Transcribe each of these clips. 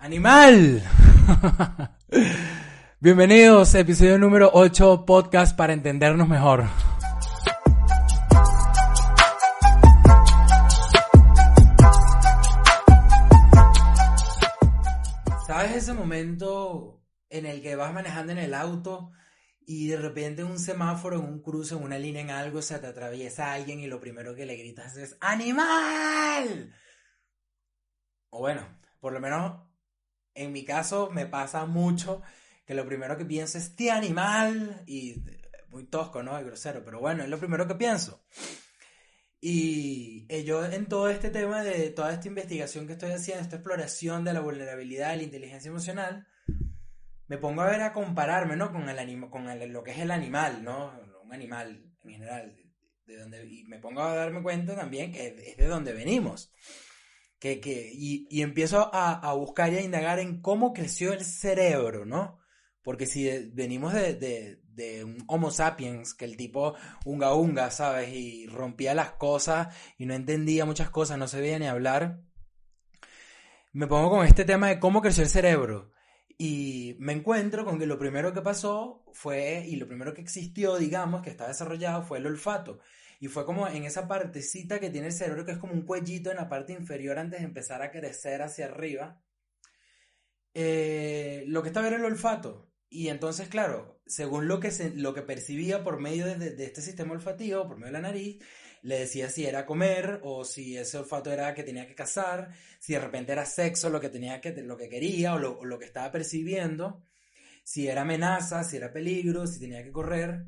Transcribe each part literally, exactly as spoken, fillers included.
¡Animal! Bienvenidos, episodio número ocho, podcast para entendernos mejor. ¿Sabes ese momento en el que vas manejando en el auto y de repente en un semáforo, en un cruce, en una línea, en algo, se te atraviesa alguien y lo primero que le gritas es ¡Animal! O bueno, por lo menos en mi caso me pasa mucho que lo primero que pienso es ¡Ti animal! Y muy tosco, ¿no? Y grosero, pero bueno, es lo primero que pienso. Y eh, yo en todo este tema de toda esta investigación que estoy haciendo, esta exploración de la vulnerabilidad de la inteligencia emocional, me pongo a ver a compararme, ¿no? Con el anima, con el, lo que es el animal, ¿no? Un animal en general, de, de donde, y me pongo a darme cuenta también que es de donde venimos. Que, que, y, y empiezo a, a buscar y a indagar en cómo creció el cerebro, ¿no? Porque si de, venimos de, de, de un Homo sapiens, que el tipo unga unga, ¿sabes? Y rompía las cosas y no entendía muchas cosas, no sabía ni hablar. Me pongo con este tema de cómo creció el cerebro. Y me encuentro con que lo primero que pasó fue, y lo primero que existió, digamos, que está desarrollado, fue el olfato. Y fue como en esa partecita que tiene el cerebro, que es como un cuellito en la parte inferior antes de empezar a crecer hacia arriba. Eh, lo que estaba era el olfato. Y entonces, claro, según lo que, se, lo que percibía por medio de, de este sistema olfativo, por medio de la nariz, le decía si era comer o si ese olfato era que tenía que cazar, si de repente era sexo lo que, tenía que, lo que quería o lo, o lo que estaba percibiendo, si era amenaza, si era peligro, si tenía que correr.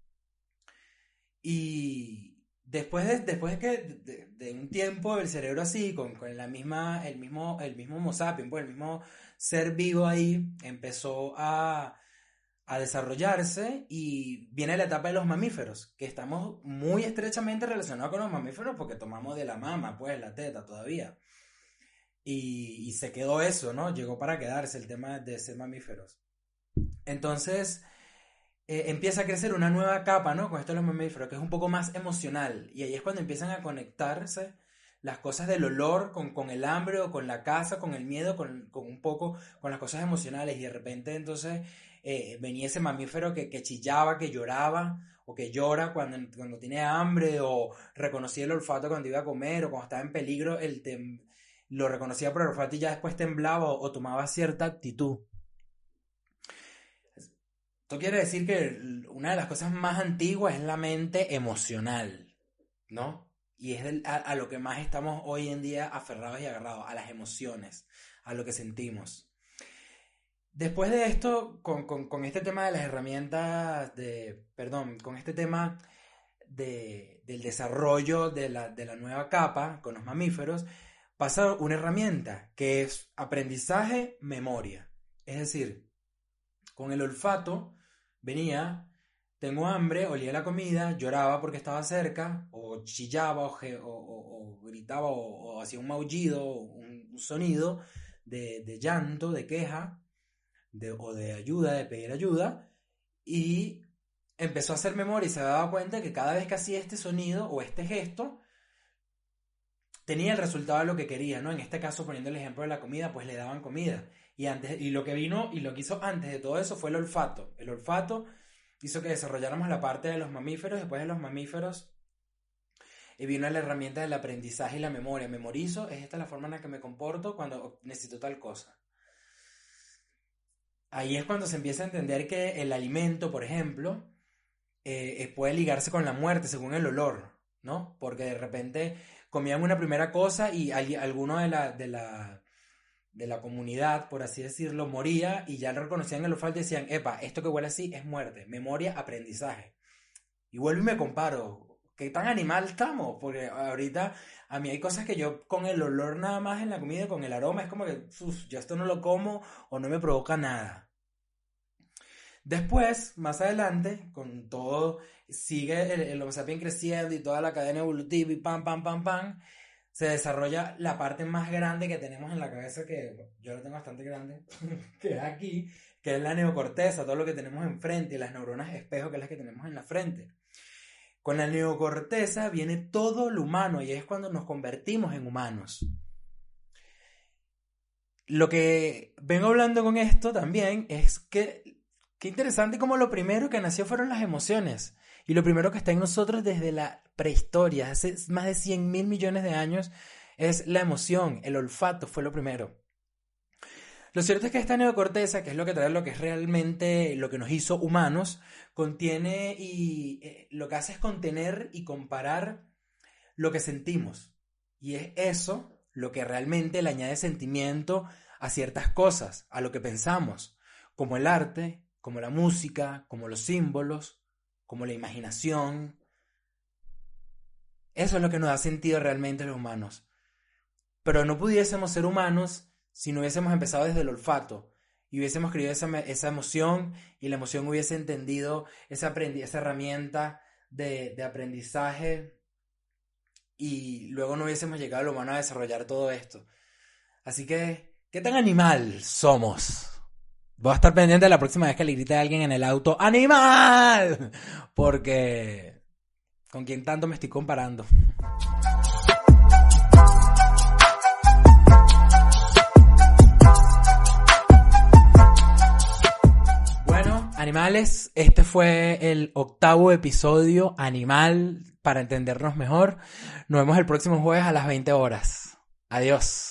Y después de, después de que de, de un tiempo el cerebro así, con, con la misma, el mismo, el mismo Homo sapiens, pues el mismo ser vivo ahí, empezó a, a desarrollarse y viene la etapa de los mamíferos, que estamos muy estrechamente relacionados con los mamíferos porque tomamos de la mama, pues la teta todavía. Y, y se quedó eso, ¿no? Llegó para quedarse el tema de ser mamíferos. Entonces eh, empieza a crecer una nueva capa, ¿no? Con esto de los mamíferos, que es un poco más emocional. Y ahí es cuando empiezan a conectarse las cosas del olor con, con el hambre o con la caza, con el miedo, con, con un poco con las cosas emocionales. Y de repente entonces eh, venía ese mamífero que, que chillaba, que lloraba o que llora cuando, cuando tiene hambre o reconocía el olfato cuando iba a comer o cuando estaba en peligro, el tem- lo reconocía por el olfato y ya después temblaba o, o tomaba cierta actitud. Esto quiere decir que una de las cosas más antiguas es la mente emocional, ¿no? Y es el- a, a lo que más estamos hoy en día aferrados y agarrados, a las emociones, a lo que sentimos. Después de esto, con, con- con este tema de las herramientas de, perdón, con este tema de, del desarrollo de la, de la nueva capa con los mamíferos, pasa una herramienta que es aprendizaje, memoria. Es decir, con el olfato venía, tengo hambre, olía la comida, lloraba porque estaba cerca, o chillaba, o, ge- o- o- o gritaba, o, o hacía un maullido, o un, un sonido de, de llanto, de queja, de, o de ayuda, de pedir ayuda, y empezó a hacer memoria y se daba cuenta que cada vez que hacía este sonido o este gesto, tenía el resultado de lo que quería, ¿no? En este caso, poniendo el ejemplo de la comida, pues le daban comida. Y, antes, y lo que vino y lo que hizo antes de todo eso fue el olfato. El olfato hizo que desarrolláramos la parte de los mamíferos. Después de los mamíferos y vino la herramienta del aprendizaje y la memoria. Memorizo, es esta la forma en la que me comporto cuando necesito tal cosa. Ahí es cuando se empieza a entender que el alimento, por ejemplo, eh, eh, puede ligarse con la muerte según el olor, ¿no? Porque de repente comían una primera cosa y al- alguno de la, de la, de la comunidad, por así decirlo, moría y ya reconocían el olfato y decían, epa, esto que huele así es muerte, memoria, aprendizaje. Y vuelvo y me comparo, ¿qué tan animal estamos? Porque ahorita a mí hay cosas que yo con el olor nada más en la comida, con el aroma, es como que, uf, yo esto no lo como o no me provoca nada. Después, más adelante, con todo, sigue el, el Homo sapiens creciendo y toda la cadena evolutiva y pam, pam, pam, pam, se desarrolla la parte más grande que tenemos en la cabeza, que bueno, yo la tengo bastante grande, que es aquí, que es la neocorteza, todo lo que tenemos enfrente y las neuronas espejo, que es las que tenemos en la frente. Con la neocorteza viene todo lo humano y es cuando nos convertimos en humanos. lo que vengo hablando con esto también es que, qué interesante como lo primero que nació fueron las emociones. Y lo primero que está en nosotros desde la prehistoria, hace más de cien mil millones de años, es la emoción, el olfato fue lo primero. Lo cierto es que esta neocorteza, que es lo que trae lo que es realmente lo que nos hizo humanos, contiene y eh, lo que hace es contener y comparar lo que sentimos. Y es eso lo que realmente le añade sentimiento a ciertas cosas, a lo que pensamos, como el arte, como la música, como los símbolos, como la imaginación. Eso es lo que nos da sentido realmente a los humanos. Pero no pudiésemos ser humanos si no hubiésemos empezado desde el olfato y hubiésemos creado esa, esa emoción, y la emoción hubiese entendido esa, aprendi- esa herramienta de, de aprendizaje, y luego no hubiésemos llegado a lo humano a desarrollar todo esto. Así que, ¿qué tan animal somos? Voy a estar pendiente la próxima vez que le grite a alguien en el auto ¡Animal! Porque ¿con quién tanto me estoy comparando? Bueno, animales, este fue el octavo episodio animal para entendernos mejor. Nos vemos el próximo jueves a las veinte horas. Adiós.